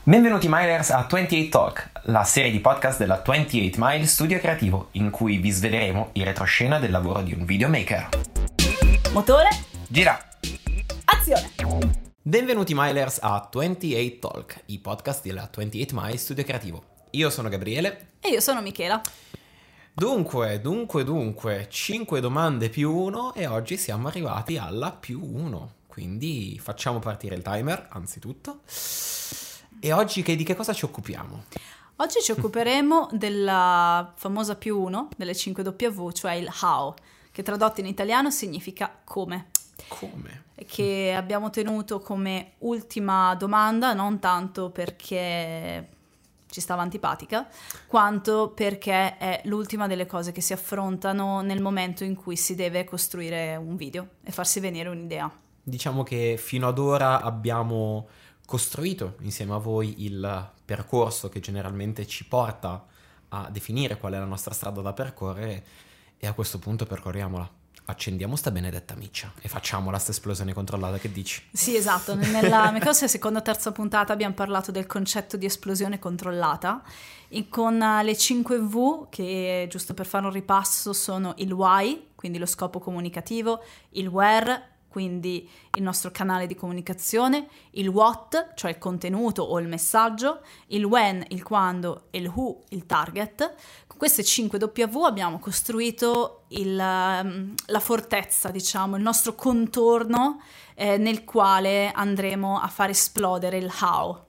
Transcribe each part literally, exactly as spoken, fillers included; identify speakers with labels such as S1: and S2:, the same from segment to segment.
S1: Benvenuti Milers a ventotto Talk, la serie di podcast della ventotto Mile Studio Creativo, in cui vi sveleremo il retroscena del lavoro di un videomaker.
S2: Motore,
S1: gira,
S2: azione!
S1: Benvenuti Milers a ventotto Talk, i podcast della ventotto Mile Studio Creativo. Io sono Gabriele.
S2: E io sono Michela.
S1: Dunque, dunque, dunque, cinque domande più uno e oggi siamo arrivati alla più uno. Quindi facciamo partire il timer, anzitutto. E oggi che, di che cosa ci occupiamo?
S2: Oggi ci occuperemo della famosa più uno, delle cinque W, cioè il how, che tradotto in italiano significa come.
S1: Come?
S2: Che abbiamo tenuto come ultima domanda, non tanto perché ci stava antipatica, quanto perché è l'ultima delle cose che si affrontano nel momento in cui si deve costruire un video e farsi venire un'idea.
S1: Diciamo che fino ad ora abbiamo costruito insieme a voi il percorso che generalmente ci porta a definire qual è la nostra strada da percorrere e a questo punto percorriamola. Accendiamo sta benedetta miccia e facciamola sta esplosione controllata, che dici?
S2: Sì, esatto, nella mia cosa seconda o terza puntata abbiamo parlato del concetto di esplosione controllata e con le cinque W, che giusto per fare un ripasso sono il why, quindi lo scopo comunicativo, il where, quindi il nostro canale di comunicazione, il what, cioè il contenuto o il messaggio, il when, il quando e il who, il target. Con queste cinque W abbiamo costruito il, la fortezza, diciamo, il nostro contorno eh, nel quale andremo a far esplodere il how.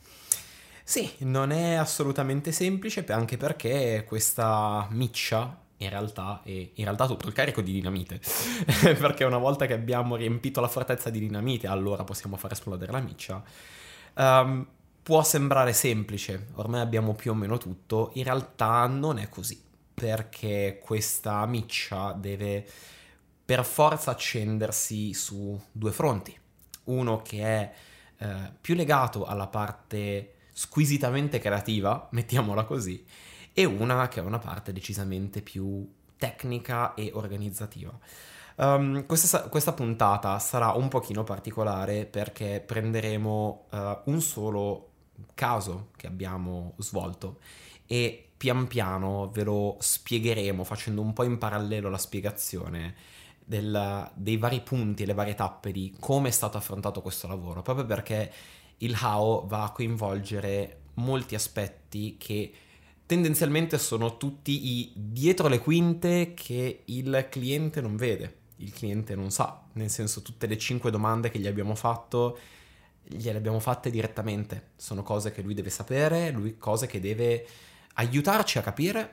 S1: Sì, non è assolutamente semplice, anche perché questa miccia in realtà è in realtà tutto il carico di dinamite, perché una volta che abbiamo riempito la fortezza di dinamite, allora possiamo far esplodere la miccia. Um, può sembrare semplice, ormai abbiamo più o meno tutto, in realtà non è così, perché questa miccia deve per forza accendersi su due fronti. Uno che è eh, più legato alla parte squisitamente creativa, mettiamola così, e una che è una parte decisamente più tecnica e organizzativa. Um, questa, questa puntata sarà un pochino particolare perché prenderemo uh, un solo caso che abbiamo svolto e pian piano ve lo spiegheremo facendo un po' in parallelo la spiegazione del, dei vari punti e le varie tappe di come è stato affrontato questo lavoro, proprio perché il how va a coinvolgere molti aspetti che tendenzialmente sono tutti i dietro le quinte che il cliente non vede, il cliente non sa, nel senso tutte le cinque domande che gli abbiamo fatto gliele abbiamo fatte direttamente, sono cose che lui deve sapere, lui cose che deve aiutarci a capire,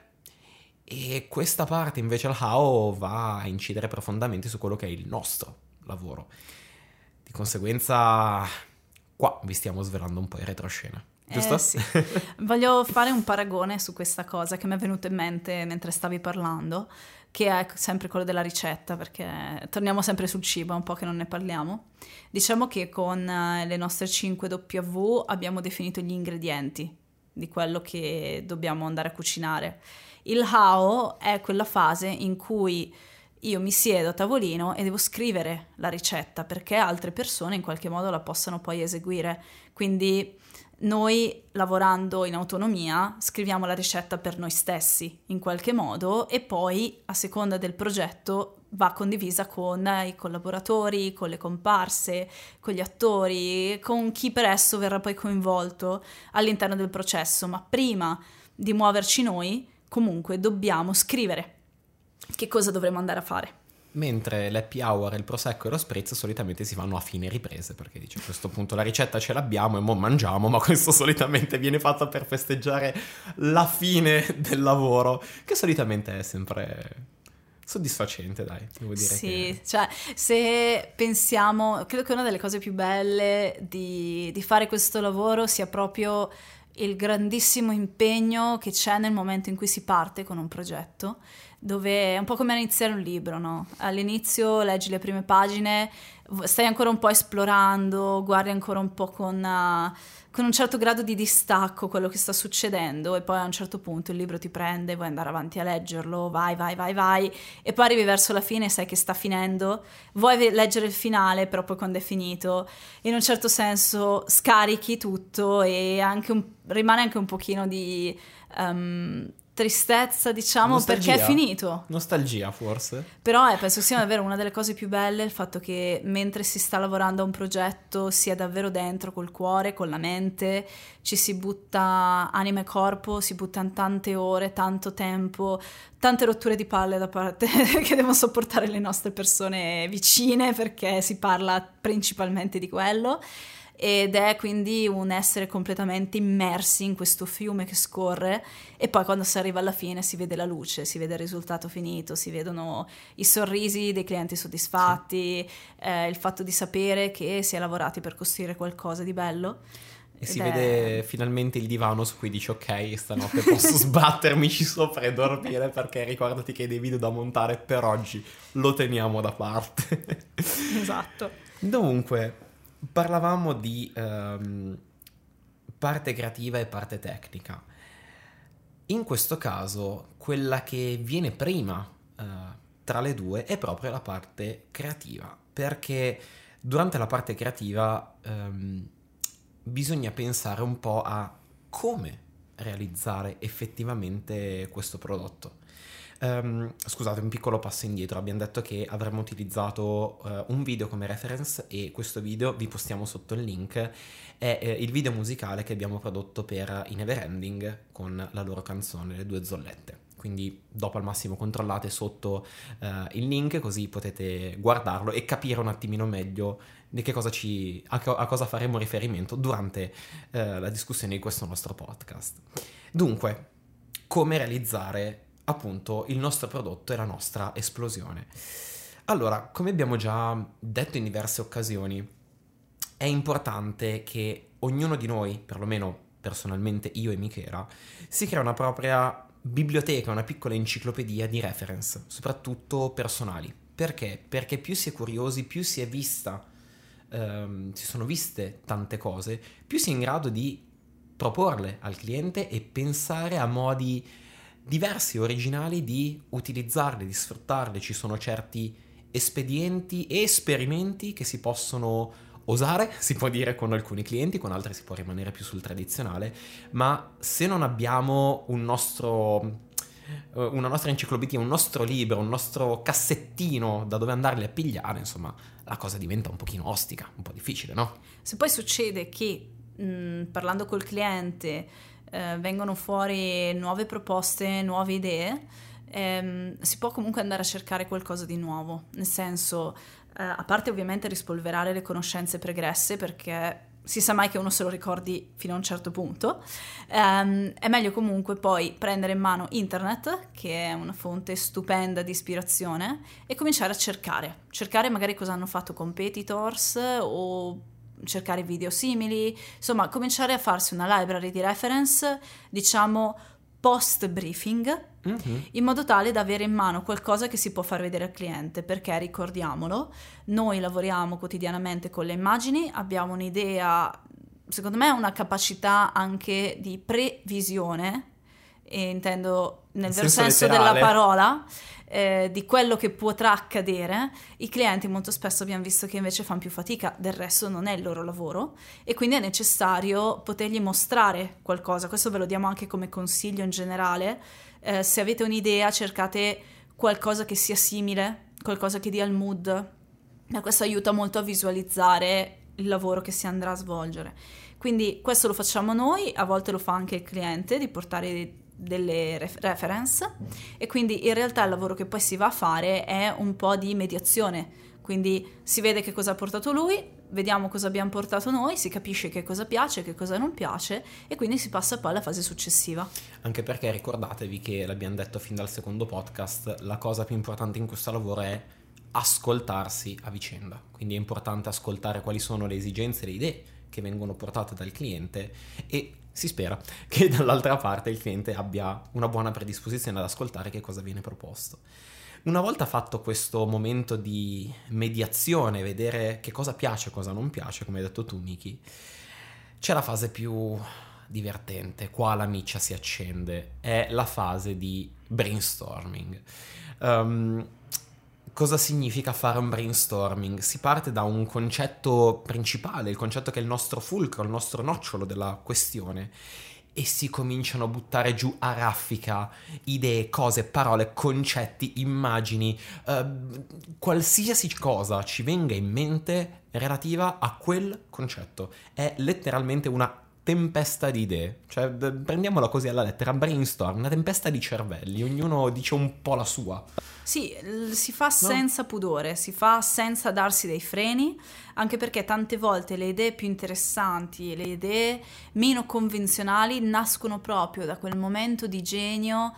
S1: e questa parte invece al how va a incidere profondamente su quello che è il nostro lavoro. Di conseguenza qua vi stiamo svelando un po' in retroscena. Giusto?
S2: Eh, sì. Voglio fare un paragone su questa cosa che mi è venuto in mente mentre stavi parlando, che è sempre quello della ricetta, perché torniamo sempre sul cibo, è un po' che non ne parliamo. Diciamo che con le nostre cinque W abbiamo definito gli ingredienti di quello che dobbiamo andare a cucinare. Il how è quella fase in cui io mi siedo a tavolino e devo scrivere la ricetta perché altre persone in qualche modo la possano poi eseguire. Quindi noi, lavorando in autonomia, scriviamo la ricetta per noi stessi in qualche modo e poi, a seconda del progetto, va condivisa con i collaboratori, con le comparse, con gli attori, con chi per esso verrà poi coinvolto all'interno del processo. Ma prima di muoverci noi, comunque, dobbiamo scrivere che cosa dovremo andare a fare.
S1: Mentre l'happy hour, il prosecco e lo spritz solitamente si fanno a fine riprese, perché dice a questo punto la ricetta ce l'abbiamo e mo mangiamo, ma questo solitamente viene fatto per festeggiare la fine del lavoro, che solitamente è sempre soddisfacente, dai, devo dire.
S2: Sì,
S1: che...
S2: cioè se pensiamo, credo che una delle cose più belle di, di fare questo lavoro sia proprio il grandissimo impegno che c'è nel momento in cui si parte con un progetto, dove è un po' come iniziare un libro, no? All'inizio leggi le prime pagine, stai ancora un po' esplorando, guardi ancora un po' con, uh, con un certo grado di distacco quello che sta succedendo, e poi a un certo punto il libro ti prende, vuoi andare avanti a leggerlo, vai, vai, vai, vai, e poi arrivi verso la fine e sai che sta finendo, vuoi leggere il finale, però poi quando è finito, in un certo senso scarichi tutto e anche un, rimane anche un pochino di... Um, tristezza, diciamo,
S1: Nostalgia.
S2: perché è finito.
S1: Nostalgia, forse.
S2: Però eh, penso sia davvero una delle cose più belle il fatto che mentre si sta lavorando a un progetto si è davvero dentro col cuore, con la mente, ci si butta anima e corpo, si buttano tante ore, tanto tempo, tante rotture di palle da parte che devono sopportare le nostre persone vicine, perché si parla principalmente di quello. Ed è quindi un essere completamente immersi in questo fiume che scorre, e poi quando si arriva alla fine si vede la luce, si vede il risultato finito, si vedono i sorrisi dei clienti soddisfatti, sì. eh, il fatto di sapere che si è lavorati per costruire qualcosa di bello.
S1: E si è... vede finalmente il divano su cui dici ok, stanotte posso sbattermici sopra e dormire, perché ricordati che hai dei video da montare, per oggi lo teniamo da parte.
S2: Esatto.
S1: Dunque, parlavamo di um, parte creativa e parte tecnica. In questo caso, quella che viene prima uh, tra le due è proprio la parte creativa, perché durante la parte creativa um, bisogna pensare un po' a come realizzare effettivamente questo prodotto. Um, scusate, un piccolo passo indietro. Abbiamo detto che avremmo utilizzato uh, un video come reference, e questo video vi postiamo sotto il link. È eh, il video musicale che abbiamo prodotto per I Neverending con la loro canzone Le due zollette. Quindi dopo al massimo controllate sotto uh, il link, così potete guardarlo e capire un attimino meglio di che cosa ci, a, co- a cosa faremo riferimento durante uh, la discussione di questo nostro podcast. Dunque, come realizzare appunto il nostro prodotto e la nostra esplosione. Allora, come abbiamo già detto in diverse occasioni, è importante che ognuno di noi, perlomeno personalmente io e Michela, si crea una propria biblioteca, una piccola enciclopedia di reference, soprattutto personali. Perché? Perché più si è curiosi, più si è vista, ehm, si sono viste tante cose, più si è in grado di proporle al cliente e pensare a modi diversi, originali, di utilizzarli, di sfruttarli. Ci sono certi espedienti e esperimenti che si possono osare, si può dire, con alcuni clienti, con altri si può rimanere più sul tradizionale, ma se non abbiamo un nostro, una nostra enciclopedia, un nostro libro, un nostro cassettino da dove andarli a pigliare, insomma, la cosa diventa un pochino ostica, un po' difficile, no?
S2: Se poi succede che mh, parlando col cliente Eh, vengono fuori nuove proposte, nuove idee, ehm, si può comunque andare a cercare qualcosa di nuovo, nel senso, eh, a parte ovviamente rispolverare le conoscenze pregresse, perché si sa mai che uno se lo ricordi fino a un certo punto, ehm, è meglio comunque poi prendere in mano internet, che è una fonte stupenda di ispirazione, e cominciare a cercare, cercare magari cosa hanno fatto competitors, o cercare video simili, insomma cominciare a farsi una library di reference, diciamo post briefing, mm-hmm. in modo tale da avere in mano qualcosa che si può far vedere al cliente, perché ricordiamolo, noi lavoriamo quotidianamente con le immagini, abbiamo un'idea, secondo me una capacità anche di previsione, e intendo nel vero senso, senso della parola, eh, di quello che potrà accadere. I clienti molto spesso abbiamo visto che invece fanno più fatica, del resto non è il loro lavoro, e quindi è necessario potergli mostrare qualcosa. Questo ve lo diamo anche come consiglio in generale. Eh, se avete un'idea, cercate qualcosa che sia simile, qualcosa che dia il mood, e questo aiuta molto a visualizzare il lavoro che si andrà a svolgere. Quindi questo lo facciamo noi, a volte lo fa anche il cliente, di portare delle reference, e quindi in realtà il lavoro che poi si va a fare è un po' di mediazione, quindi si vede che cosa ha portato lui, vediamo cosa abbiamo portato noi, si capisce che cosa piace, che cosa non piace, e quindi si passa poi alla fase successiva.
S1: Anche perché ricordatevi che l'abbiamo detto fin dal secondo podcast, la cosa più importante in questo lavoro è ascoltarsi a vicenda. Quindi è importante ascoltare quali sono le esigenze e le idee che vengono portate dal cliente e si spera che dall'altra parte il cliente abbia una buona predisposizione ad ascoltare che cosa viene proposto. Una volta fatto questo momento di mediazione, vedere che cosa piace e cosa non piace, come hai detto tu, Miki, c'è la fase più divertente, qua la miccia si accende, è la fase di brainstorming. Um, cosa significa fare un brainstorming? Si parte da un concetto principale, il concetto che è il nostro fulcro, il nostro nocciolo della questione, e si cominciano a buttare giù a raffica idee, cose, parole, concetti, immagini, eh, qualsiasi cosa ci venga in mente relativa a quel concetto. È letteralmente una tempesta di idee, cioè prendiamola così alla lettera, brainstorm, una tempesta di cervelli, ognuno dice un po' la sua.
S2: Sì, si fa senza no? pudore, si fa senza darsi dei freni, anche perché tante volte le idee più interessanti, le idee meno convenzionali nascono proprio da quel momento di genio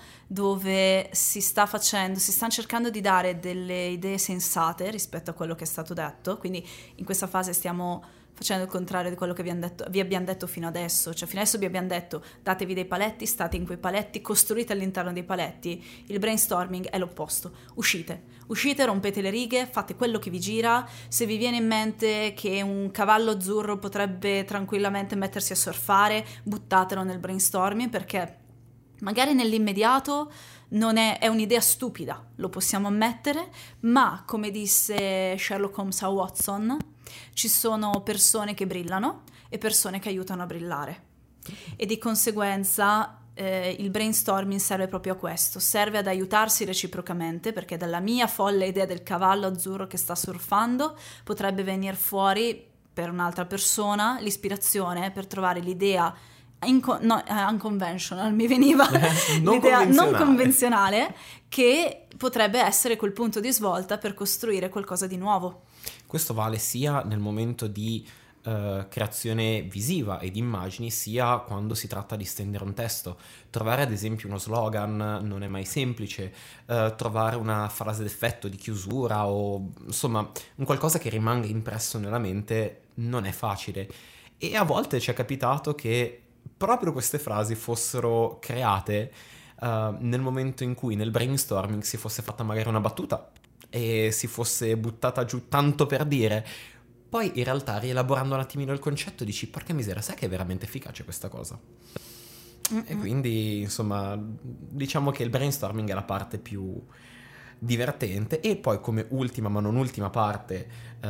S2: dove si sta facendo, si stanno cercando di dare delle idee sensate rispetto a quello che è stato detto, quindi in questa fase stiamo facendo il contrario di quello che vi, detto, vi abbiamo detto fino adesso, cioè fino adesso vi abbiamo detto datevi dei paletti, state in quei paletti, costruite all'interno dei paletti. Il brainstorming è l'opposto, uscite, uscite, rompete le righe, fate quello che vi gira. Se vi viene in mente che un cavallo azzurro potrebbe tranquillamente mettersi a surfare, buttatelo nel brainstorming, perché magari nell'immediato non è, è un'idea stupida, lo possiamo ammettere, ma come disse Sherlock Holmes a Watson, ci sono persone che brillano e persone che aiutano a brillare, e di conseguenza eh, il brainstorming serve proprio a questo, serve ad aiutarsi reciprocamente, perché dalla mia folle idea del cavallo azzurro che sta surfando potrebbe venire fuori per un'altra persona l'ispirazione per trovare l'idea Inco- no, uh, unconventional, mi veniva
S1: non
S2: l'idea
S1: convenzionale.
S2: non convenzionale che potrebbe essere quel punto di svolta per costruire qualcosa di nuovo.
S1: Questo vale sia nel momento di uh, creazione visiva e di immagini, sia quando si tratta di stendere un testo. Trovare ad esempio uno slogan non è mai semplice, uh, trovare una frase d'effetto di chiusura o insomma un qualcosa che rimanga impresso nella mente non è facile, e a volte ci è capitato che proprio queste frasi fossero create uh, nel momento in cui nel brainstorming si fosse fatta magari una battuta e si fosse buttata giù tanto per dire, poi in realtà rielaborando un attimino il concetto dici porca miseria, sai che è veramente efficace questa cosa? Mm-mm. E quindi insomma diciamo che il brainstorming è la parte più divertente. E poi come ultima ma non ultima parte,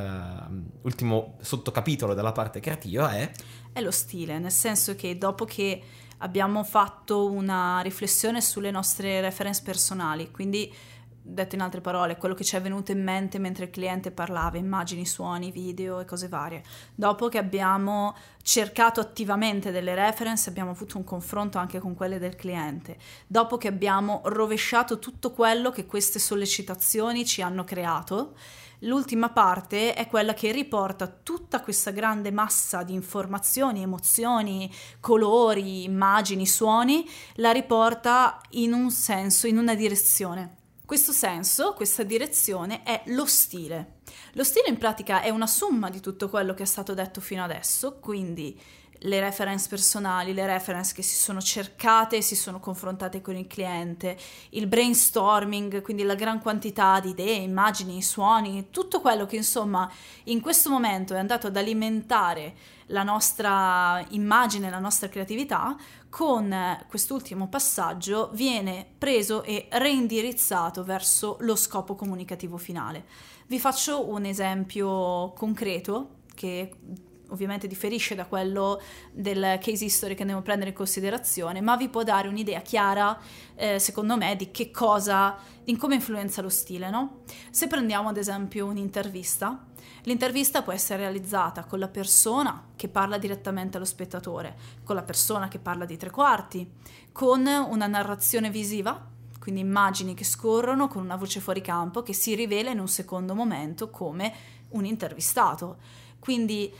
S1: uh, ultimo sottocapitolo della parte creativa è
S2: è lo stile, nel senso che dopo che abbiamo fatto una riflessione sulle nostre reference personali, quindi detto in altre parole quello che ci è venuto in mente mentre il cliente parlava, immagini, suoni, video e cose varie, dopo che abbiamo cercato attivamente delle reference, abbiamo avuto un confronto anche con quelle del cliente, dopo che abbiamo rovesciato tutto quello che queste sollecitazioni ci hanno creato, l'ultima parte è quella che riporta tutta questa grande massa di informazioni, emozioni, colori, immagini, suoni, la riporta in un senso, in una direzione. Questo senso, questa direzione è lo stile. Lo stile in pratica è una somma di tutto quello che è stato detto fino adesso, quindi le reference personali, le reference che si sono cercate e si sono confrontate con il cliente, il brainstorming, quindi la gran quantità di idee, immagini, suoni, tutto quello che insomma in questo momento è andato ad alimentare la nostra immagine, la nostra creatività. Con quest'ultimo passaggio viene preso e reindirizzato verso lo scopo comunicativo finale. Vi faccio un esempio concreto che ovviamente differisce da quello del case history che andiamo a prendere in considerazione, ma vi può dare un'idea chiara, eh, secondo me, di che cosa, di come influenza lo stile, no? Se prendiamo ad esempio un'intervista, l'intervista può essere realizzata con la persona che parla direttamente allo spettatore, con la persona che parla di tre quarti, con una narrazione visiva, quindi immagini che scorrono con una voce fuori campo che si rivela in un secondo momento come un intervistato. Quindi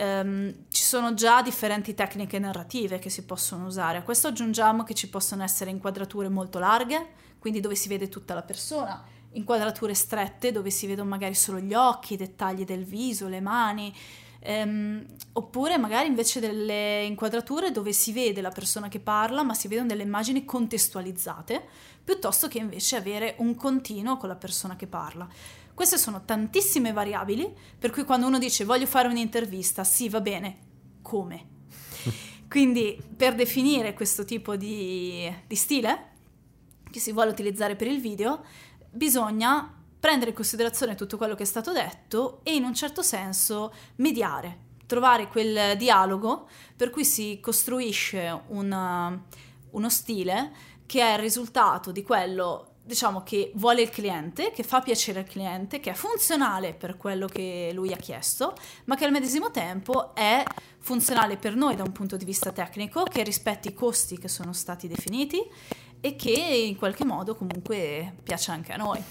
S2: Um, ci sono già differenti tecniche narrative che si possono usare. A questo aggiungiamo che ci possono essere inquadrature molto larghe, quindi dove si vede tutta la persona, inquadrature strette dove si vedono magari solo gli occhi, i dettagli del viso, le mani, ehm, oppure magari invece delle inquadrature dove si vede la persona che parla ma si vedono delle immagini contestualizzate, piuttosto che invece avere un continuo con la persona che parla. Queste sono tantissime variabili, per cui quando uno dice voglio fare un'intervista, sì, va bene, come? Quindi per definire questo tipo di, di stile che si vuole utilizzare per il video, bisogna prendere in considerazione tutto quello che è stato detto e in un certo senso mediare, trovare quel dialogo per cui si costruisce una, uno stile che è il risultato di quello, diciamo, che vuole il cliente, che fa piacere al cliente, che è funzionale per quello che lui ha chiesto, ma che al medesimo tempo è funzionale per noi da un punto di vista tecnico, che rispetti i costi che sono stati definiti e che in qualche modo comunque piace anche a noi.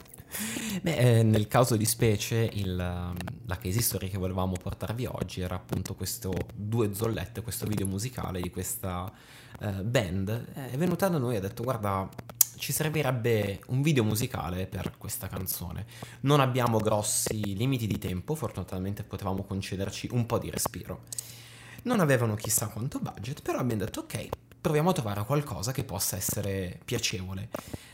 S1: Beh, nel caso di specie il, la case story che volevamo portarvi oggi era appunto questo Due Zollette, questo video musicale di questa uh, band. È venuta da noi e ha detto guarda, ci servirebbe un video musicale per questa canzone. Non abbiamo grossi limiti di tempo, fortunatamente potevamo concederci un po' di respiro. Non avevano chissà quanto budget, però abbiamo detto ok, proviamo a trovare qualcosa che possa essere piacevole.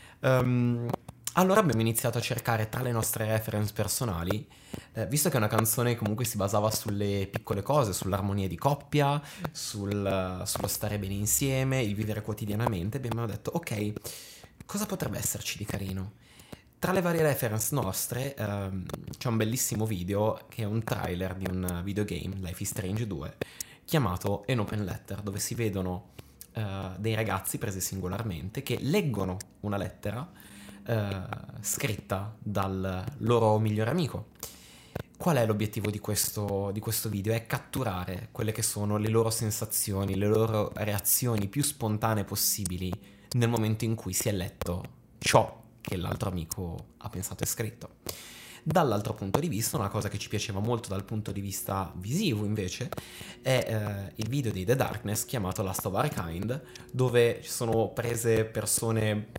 S1: Um, allora abbiamo iniziato a cercare tra le nostre reference personali, eh, visto che è una canzone che comunque si basava sulle piccole cose, sull'armonia di coppia, sul, sullo stare bene insieme, il vivere quotidianamente, abbiamo detto ok, cosa potrebbe esserci di carino? Tra le varie reference nostre ehm, c'è un bellissimo video che è un trailer di un videogame, Life is Strange due, chiamato An Open Letter, dove si vedono eh, dei ragazzi presi singolarmente che leggono una lettera eh, scritta dal loro migliore amico. Qual è l'obiettivo di questo, di questo video? È catturare quelle che sono le loro sensazioni, le loro reazioni più spontanee possibili nel momento in cui si è letto ciò che l'altro amico ha pensato e scritto. Dall'altro punto di vista, una cosa che ci piaceva molto dal punto di vista visivo invece è eh, il video di The Darkness chiamato Last of Our Kind, dove ci sono prese persone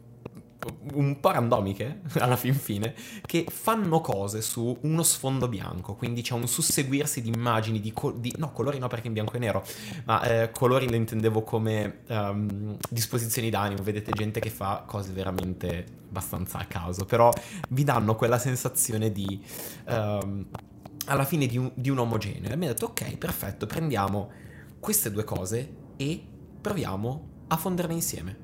S1: un po' randomiche alla fin fine che fanno cose su uno sfondo bianco, quindi c'è un susseguirsi di immagini di, co- di no, colori no, perché in bianco e nero, ma eh, colori le intendevo come um, disposizioni d'animo. Vedete gente che fa cose veramente abbastanza a caso, però vi danno quella sensazione di um, alla fine di un, di un omogeneo. E mi ha detto ok, perfetto, prendiamo queste due cose e proviamo a fonderle insieme.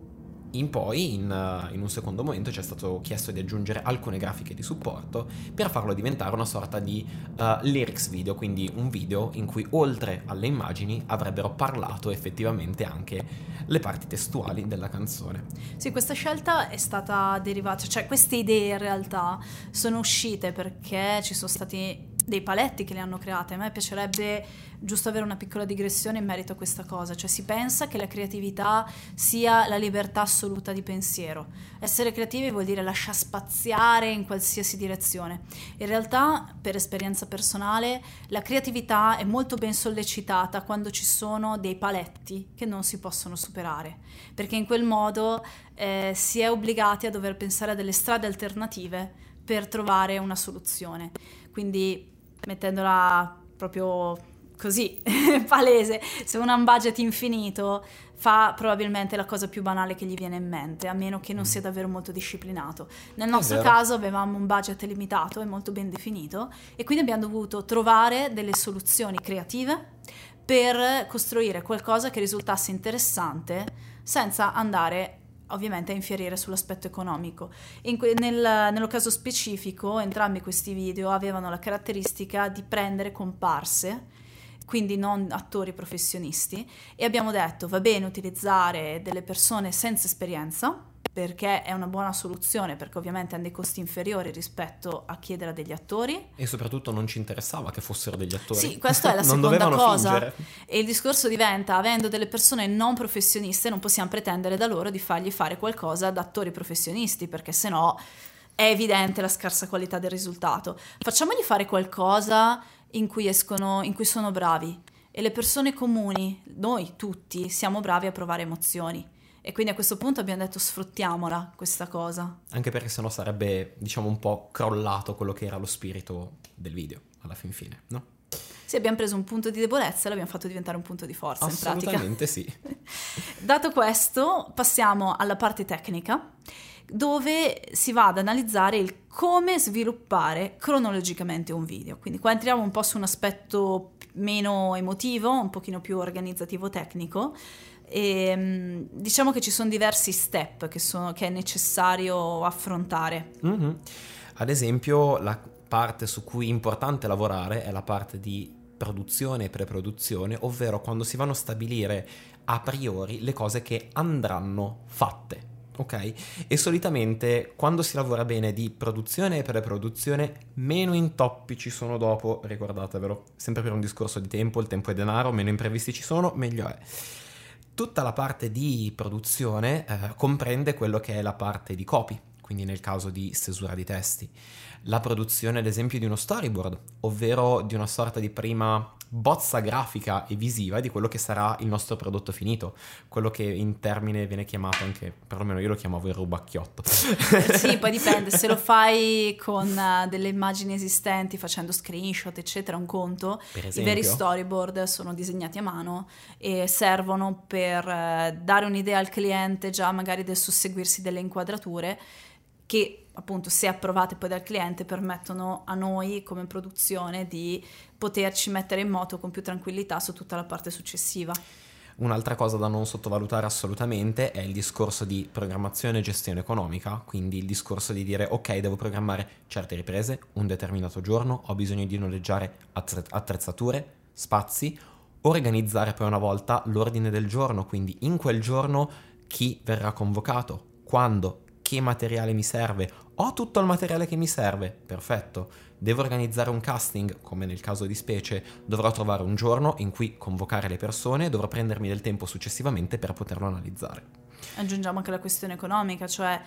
S1: In poi, in, uh, in un secondo momento, ci è stato chiesto di aggiungere alcune grafiche di supporto per farlo diventare una sorta di uh, lyrics video, quindi un video in cui oltre alle immagini avrebbero parlato effettivamente anche le parti testuali della canzone.
S2: Sì, questa scelta è stata derivata, cioè queste idee in realtà sono uscite perché ci sono stati dei paletti che le hanno create. A me piacerebbe giusto avere una piccola digressione in merito a questa cosa, cioè si pensa che la creatività sia la libertà assoluta di pensiero. Essere creativi vuol dire lasciar spaziare in qualsiasi direzione. In realtà, per esperienza personale, la creatività è molto ben sollecitata quando ci sono dei paletti che non si possono superare, perché in quel modo eh, si è obbligati a dover pensare a delle strade alternative per trovare una soluzione. Quindi, mettendola proprio così, palese, se uno ha un budget infinito fa probabilmente la cosa più banale che gli viene in mente, a meno che non sia davvero molto disciplinato. Nel nostro caso avevamo un budget limitato e molto ben definito e quindi abbiamo dovuto trovare delle soluzioni creative per costruire qualcosa che risultasse interessante senza andare ovviamente a infierire sull'aspetto economico. In que- nel, nello caso specifico entrambi questi video avevano la caratteristica di prendere comparse, quindi non attori professionisti, e abbiamo detto va bene utilizzare delle persone senza esperienza perché è una buona soluzione, perché ovviamente hanno dei costi inferiori rispetto a chiedere a degli attori.
S1: E soprattutto non ci interessava che fossero degli attori.
S2: Sì, questa è la seconda cosa. Fingere. E il discorso diventa, avendo delle persone non professioniste, non possiamo pretendere da loro di fargli fare qualcosa da attori professionisti, perché sennò è evidente la scarsa qualità del risultato. Facciamogli fare qualcosa in cui escono, in cui sono bravi. E le persone comuni, noi tutti, siamo bravi a provare emozioni. E quindi a questo punto abbiamo detto sfruttiamola questa cosa.
S1: Anche perché sennò sarebbe, diciamo, un po' crollato quello che era lo spirito del video, alla fin fine, no?
S2: Sì, abbiamo preso un punto di debolezza e l'abbiamo fatto diventare un punto di forza, in pratica.
S1: Assolutamente sì.
S2: Dato questo, passiamo alla parte tecnica, dove si va ad analizzare il come sviluppare cronologicamente un video. Quindi qua entriamo un po' su un aspetto meno emotivo, un pochino più organizzativo tecnico. E, diciamo che ci sono diversi step che, sono, che è necessario affrontare.
S1: Mm-hmm. Ad esempio, la parte su cui è importante lavorare è la parte di produzione e preproduzione, ovvero quando si vanno a stabilire a priori le cose che andranno fatte, ok? E solitamente quando si lavora bene di produzione e preproduzione, meno intoppi ci sono dopo, ricordatevelo, sempre per un discorso di tempo, il tempo è denaro, meno imprevisti ci sono, meglio è. Tutta la parte di produzione eh, comprende quello che è la parte di copy, quindi nel caso di stesura di testi, la produzione ad esempio di uno storyboard, ovvero di una sorta di prima bozza grafica e visiva di quello che sarà il nostro prodotto finito, quello che in termine viene chiamato anche, perlomeno io lo chiamavo il rubacchiotto.
S2: Sì, poi dipende, se lo fai con uh, delle immagini esistenti, facendo screenshot eccetera, un conto. I veri storyboard sono disegnati a mano e servono per uh, dare un'idea al cliente già magari del susseguirsi delle inquadrature che appunto, se approvate poi dal cliente, permettono a noi come produzione di poterci mettere in moto con più tranquillità su tutta la parte successiva.
S1: Un'altra cosa da non sottovalutare assolutamente è il discorso di programmazione e gestione economica, quindi il discorso di dire ok, devo programmare certe riprese, un determinato giorno, ho bisogno di noleggiare attrezzature, spazi, organizzare poi una volta l'ordine del giorno, quindi in quel giorno chi verrà convocato, quando, che materiale mi serve, ho tutto il materiale che mi serve, perfetto, devo organizzare un casting, come nel caso di specie, dovrò trovare un giorno in cui convocare le persone, dovrò prendermi del tempo successivamente per poterlo analizzare.
S2: Aggiungiamo anche la questione economica, cioè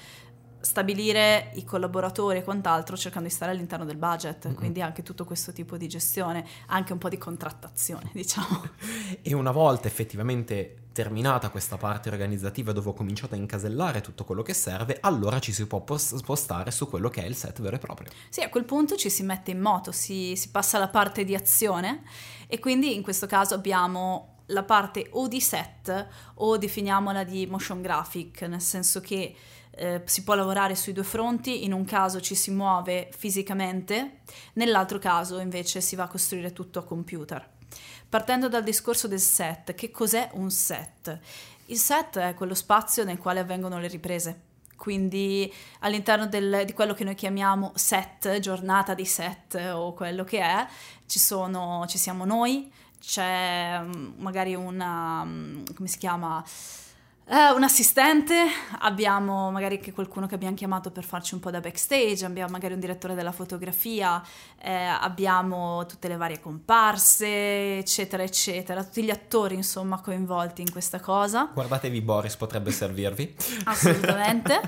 S2: stabilire i collaboratori e quant'altro cercando di stare all'interno del budget, mm-hmm. Quindi anche tutto questo tipo di gestione, anche un po' di contrattazione, diciamo.
S1: E una volta effettivamente terminata questa parte organizzativa dove ho cominciato a incasellare tutto quello che serve, allora ci si può spostare su quello che è il set vero e proprio.
S2: Sì, a quel punto ci si mette in moto, si, si passa alla parte di azione e quindi in questo caso abbiamo la parte o di set o definiamola di motion graphic, nel senso che Eh, si può lavorare sui due fronti, in un caso ci si muove fisicamente, nell'altro caso invece si va a costruire tutto a computer. Partendo dal discorso del set, che cos'è un set? Il set è quello spazio nel quale avvengono le riprese, quindi all'interno del, di quello che noi chiamiamo set, giornata di set o quello che è, ci sono, ci siamo noi, c'è magari una, come si chiama? Uh, un assistente, abbiamo magari anche qualcuno che abbiamo chiamato per farci un po' da backstage, abbiamo magari un direttore della fotografia, eh, abbiamo tutte le varie comparse, eccetera, eccetera, tutti gli attori insomma coinvolti in questa cosa.
S1: Guardatevi Boris, potrebbe servirvi.
S2: Assolutamente.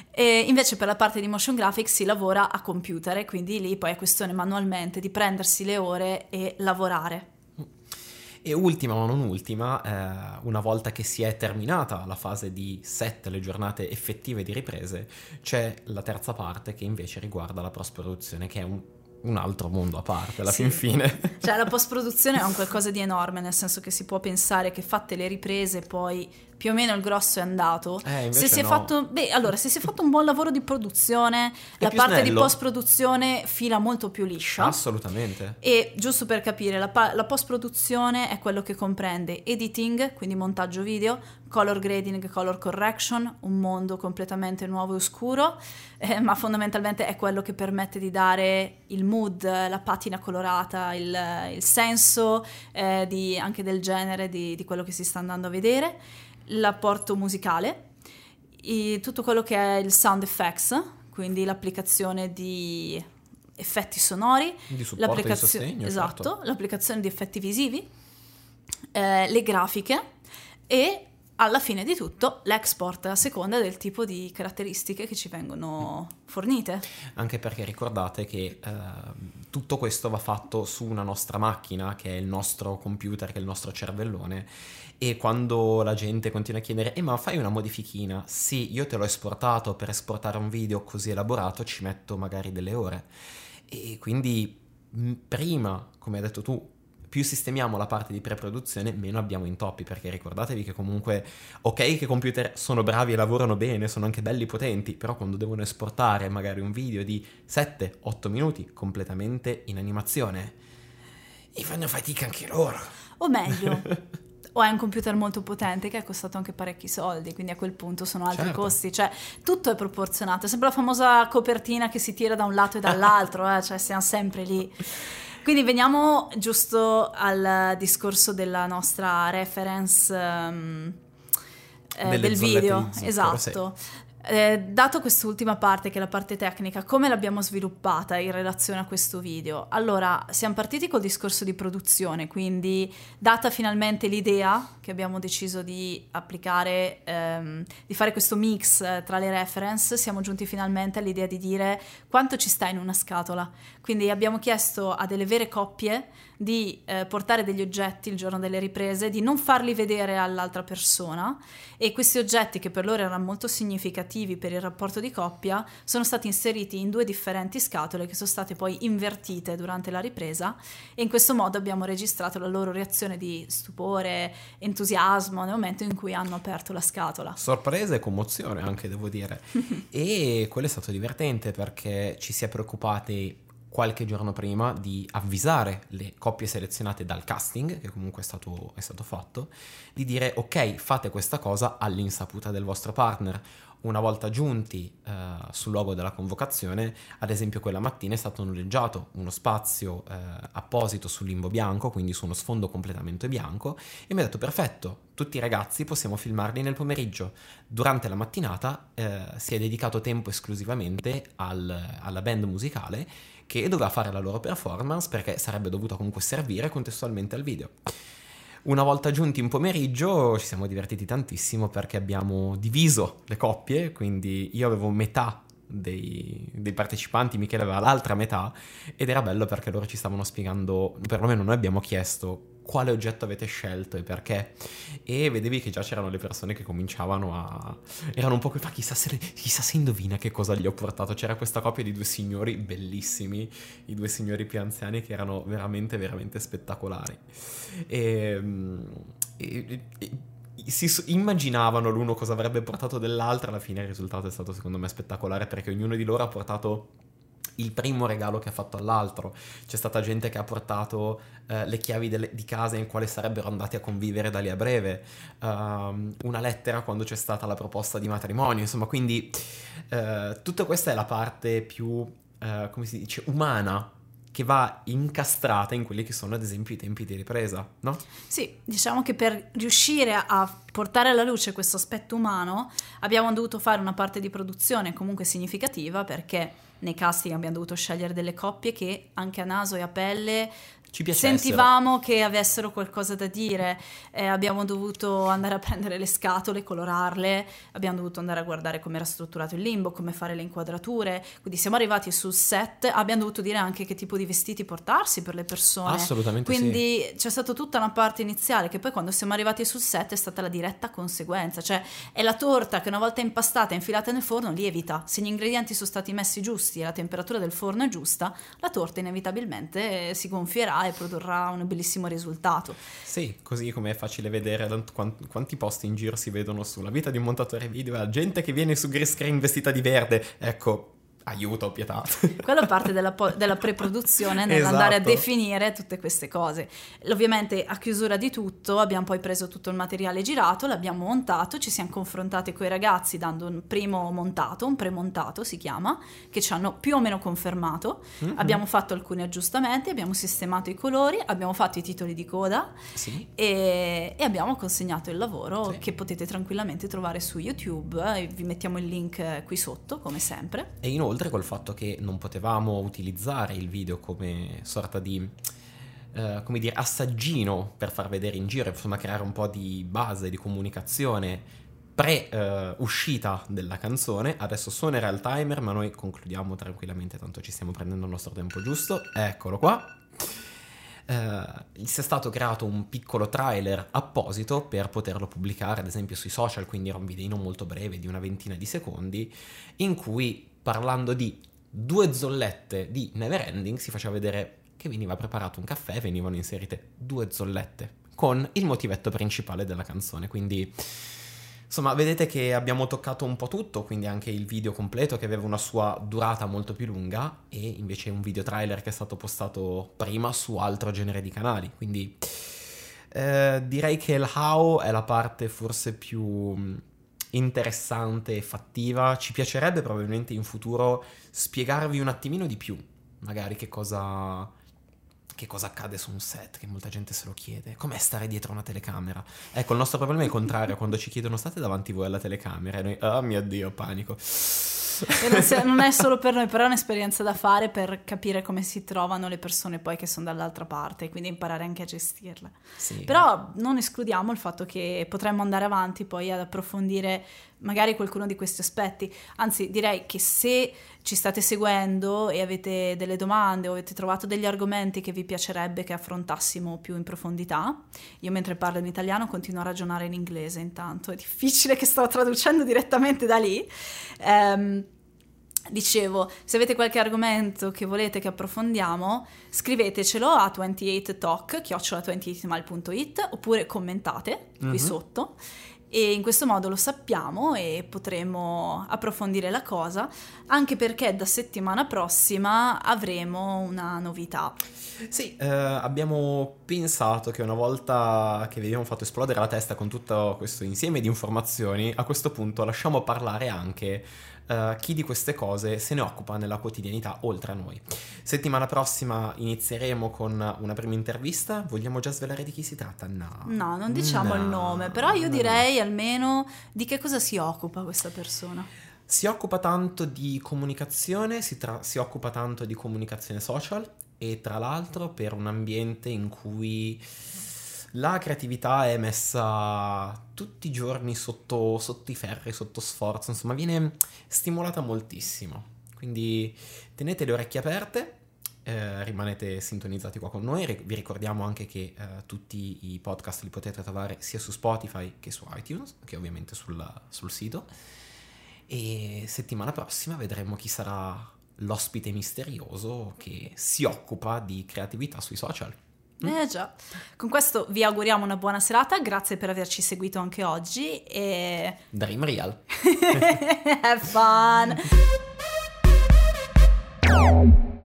S2: E invece per la parte di motion graphics si lavora a computer, quindi lì poi è questione manualmente di prendersi le ore e lavorare.
S1: E ultima ma non ultima, eh, una volta che si è terminata la fase di set, le giornate effettive di riprese, c'è la terza parte che invece riguarda la post-produzione, che è un, un altro mondo a parte alla
S2: sì.
S1: fin fine.
S2: Cioè la post-produzione è un qualcosa di enorme, nel senso che si può pensare che fatte le riprese poi più o meno il grosso è andato.
S1: Eh,
S2: se si è
S1: no.
S2: fatto beh, allora se si è fatto un buon lavoro di produzione,
S1: è
S2: la parte
S1: snello.
S2: di post-produzione fila molto più liscia.
S1: Assolutamente.
S2: E giusto per capire, la, pa- la post-produzione è quello che comprende editing, quindi montaggio video, color grading, color correction, un mondo completamente nuovo e oscuro, eh, ma fondamentalmente è quello che permette di dare il mood, la patina colorata, il, il senso eh, di, anche del genere di, di quello che si sta andando a vedere. L'apporto musicale, i, tutto quello che è il sound effects, quindi l'applicazione di effetti sonori,
S1: di supporto e di sostegno,
S2: esatto,
S1: certo.
S2: L'applicazione di effetti visivi, eh, le grafiche e alla fine di tutto l'export a seconda del tipo di caratteristiche che ci vengono fornite.
S1: Anche perché ricordate che eh, tutto questo va fatto su una nostra macchina, che è il nostro computer, che è il nostro cervellone, e quando la gente continua a chiedere eh ma fai una modifichina? Sì, io te l'ho esportato, per esportare un video così elaborato ci metto magari delle ore, e quindi mh, prima, come hai detto tu, più sistemiamo la parte di pre-produzione, meno abbiamo intoppi, perché ricordatevi che comunque, ok che i computer sono bravi e lavorano bene, sono anche belli potenti, però quando devono esportare magari un video di sette otto minuti completamente in animazione, e fanno fatica anche loro.
S2: O meglio, o hai un computer molto potente che è costato anche parecchi soldi, quindi a quel punto sono altri
S1: Certo.
S2: costi, cioè tutto è proporzionato, è sempre la famosa copertina che si tira da un lato e dall'altro, eh? Cioè siamo sempre lì. Quindi veniamo giusto al discorso della nostra reference um, eh, del video,
S1: zucchero,
S2: esatto.
S1: sì.
S2: Eh, dato quest'ultima parte, che è la parte tecnica, come l'abbiamo sviluppata in relazione a questo video? Allora, siamo partiti col discorso di produzione, quindi data finalmente l'idea che abbiamo deciso di applicare, ehm, di fare questo mix eh, tra le reference, siamo giunti finalmente all'idea di dire quanto ci sta in una scatola. Quindi abbiamo chiesto a delle vere coppie di eh, portare degli oggetti il giorno delle riprese, di non farli vedere all'altra persona, e questi oggetti, che per loro erano molto significativi per il rapporto di coppia, sono stati inseriti in due differenti scatole che sono state poi invertite durante la ripresa, e in questo modo abbiamo registrato la loro reazione di stupore, entusiasmo nel momento in cui hanno aperto la scatola.
S1: Sorpresa e commozione anche, devo dire. E quello è stato divertente, perché ci si è preoccupati qualche giorno prima di avvisare le coppie selezionate dal casting, che comunque è stato, è stato fatto, di dire ok, fate questa cosa all'insaputa del vostro partner. Una volta giunti eh, sul luogo della convocazione, ad esempio quella mattina è stato noleggiato uno spazio eh, apposito sul limbo bianco, quindi su uno sfondo completamente bianco, e mi ha detto perfetto, tutti i ragazzi possiamo filmarli nel pomeriggio. Durante la mattinata eh, si è dedicato tempo esclusivamente al, alla band musicale, che doveva fare la loro performance, perché sarebbe dovuta comunque servire contestualmente al video. Una volta giunti in pomeriggio ci siamo divertiti tantissimo, perché abbiamo diviso le coppie, quindi io avevo metà dei, dei partecipanti, Michele aveva l'altra metà, ed era bello perché loro ci stavano spiegando, perlomeno noi abbiamo chiesto quale oggetto avete scelto e perché, e vedevi che già c'erano le persone che cominciavano a... erano un po' qui, ma chissà se, chissà se indovina che cosa gli ho portato. C'era questa coppia di due signori bellissimi, i due signori più anziani, che erano veramente veramente spettacolari, e, e, e si immaginavano l'uno cosa avrebbe portato dell'altro. Alla fine il risultato è stato secondo me spettacolare, perché ognuno di loro ha portato il primo regalo che ha fatto all'altro. C'è stata gente che ha portato uh, le chiavi delle, di casa in quale sarebbero andati a convivere da lì a breve, uh, una lettera quando c'è stata la proposta di matrimonio, insomma. Quindi uh, tutta questa è la parte più, uh, come si dice, umana, che va incastrata in quelli che sono ad esempio i tempi di ripresa, no?
S2: Sì, diciamo che per riuscire a portare alla luce questo aspetto umano abbiamo dovuto fare una parte di produzione comunque significativa, perché nei casting abbiamo dovuto scegliere delle coppie che anche a naso e a pelle
S1: ci piacessero,
S2: sentivamo che avessero qualcosa da dire. Eh, abbiamo dovuto andare a prendere le scatole, colorarle, abbiamo dovuto andare a guardare come era strutturato il limbo, come fare le inquadrature, quindi siamo arrivati sul set, abbiamo dovuto dire anche che tipo di vestiti portarsi per le persone.
S1: Assolutamente
S2: quindi
S1: sì.
S2: C'è stata tutta una parte iniziale che poi quando siamo arrivati sul set è stata la diretta conseguenza, cioè è la torta che una volta impastata e infilata nel forno lievita. Se gli ingredienti sono stati messi giusti e la temperatura del forno è giusta, la torta inevitabilmente si gonfierà e produrrà un bellissimo risultato.
S1: Sì, così come è facile vedere quanti post in giro si vedono sulla vita di un montatore video, la gente che viene su green screen vestita di verde, ecco, aiuto, pietà.
S2: Quello parte della, po- della pre-produzione, nell'andare
S1: esatto.
S2: a definire tutte queste cose. Ovviamente a chiusura di tutto abbiamo poi preso tutto il materiale girato, l'abbiamo montato, ci siamo confrontati con i ragazzi dando un primo montato, un premontato si chiama, che ci hanno più o meno confermato. Mm-hmm. Abbiamo fatto alcuni aggiustamenti, abbiamo sistemato i colori, abbiamo fatto i titoli di coda,
S1: sì.
S2: e, e abbiamo consegnato il lavoro,
S1: sì.
S2: che potete tranquillamente trovare su YouTube, e vi mettiamo il link qui sotto come sempre.
S1: E inoltre col fatto che non potevamo utilizzare il video come sorta di eh, come dire, assaggino per far vedere in giro, insomma creare un po' di base di comunicazione pre-uscita uh, della canzone. Adesso suonerà il timer, ma noi concludiamo tranquillamente, tanto ci stiamo prendendo il nostro tempo giusto. Eccolo qua. Uh, si è stato creato un piccolo trailer apposito per poterlo pubblicare ad esempio sui social, quindi era un videino molto breve di una ventina di secondi in cui, parlando di due zollette di Neverending, si faceva vedere che veniva preparato un caffè e venivano inserite due zollette con il motivetto principale della canzone. Quindi insomma vedete che abbiamo toccato un po' tutto, quindi anche il video completo che aveva una sua durata molto più lunga e invece un video trailer che è stato postato prima su altro genere di canali. Quindi eh, direi che il how è la parte forse più interessante e fattiva. Ci piacerebbe probabilmente in futuro spiegarvi un attimino di più, magari che cosa... che cosa accade su un set, che molta gente se lo chiede. Com'è stare dietro una telecamera? Ecco, il nostro problema è il contrario, quando ci chiedono state davanti voi alla telecamera e noi, oh mio Dio, panico.
S2: E non, se, non è solo per noi, però è un'esperienza da fare per capire come si trovano le persone poi che sono dall'altra parte e quindi imparare anche a gestirle.
S1: Sì.
S2: Però non escludiamo il fatto che potremmo andare avanti poi ad approfondire magari qualcuno di questi aspetti. Anzi, direi che se ci state seguendo e avete delle domande o avete trovato degli argomenti che vi piacerebbe che affrontassimo più in profondità, io mentre parlo in italiano continuo a ragionare in inglese intanto, è difficile che sto traducendo direttamente da lì. Um, Dicevo, se avete qualche argomento che volete che approfondiamo, scrivetecelo a ventotto talk chiocciola ventotto mile punto it oppure commentate qui mm-hmm. sotto, e in questo modo lo sappiamo e potremo approfondire la cosa, anche perché da settimana prossima avremo una novità.
S1: Sì, eh, abbiamo pensato che una volta che vi abbiamo fatto esplodere la testa con tutto questo insieme di informazioni, a questo punto lasciamo parlare anche Uh, chi di queste cose se ne occupa nella quotidianità oltre a noi. Settimana prossima inizieremo con una prima intervista. Vogliamo già svelare di chi si tratta? No.
S2: No, non diciamo
S1: no.
S2: il nome, però io direi almeno di che cosa si occupa questa persona.
S1: Si occupa tanto di comunicazione, si, tra- si occupa tanto di comunicazione social e tra l'altro per un ambiente in cui la creatività è messa tutti i giorni sotto, sotto i ferri, sotto sforzo, insomma viene stimolata moltissimo. Quindi tenete le orecchie aperte, eh, rimanete sintonizzati qua con noi. Vi ricordiamo anche che eh, tutti i podcast li potete trovare sia su Spotify che su iTunes, che ovviamente sul, sul sito. E settimana prossima vedremo chi sarà l'ospite misterioso che si occupa di creatività sui social.
S2: Eh già, con questo vi auguriamo una buona serata, grazie per averci seguito anche oggi e...
S1: Dream Real!
S2: Have fun!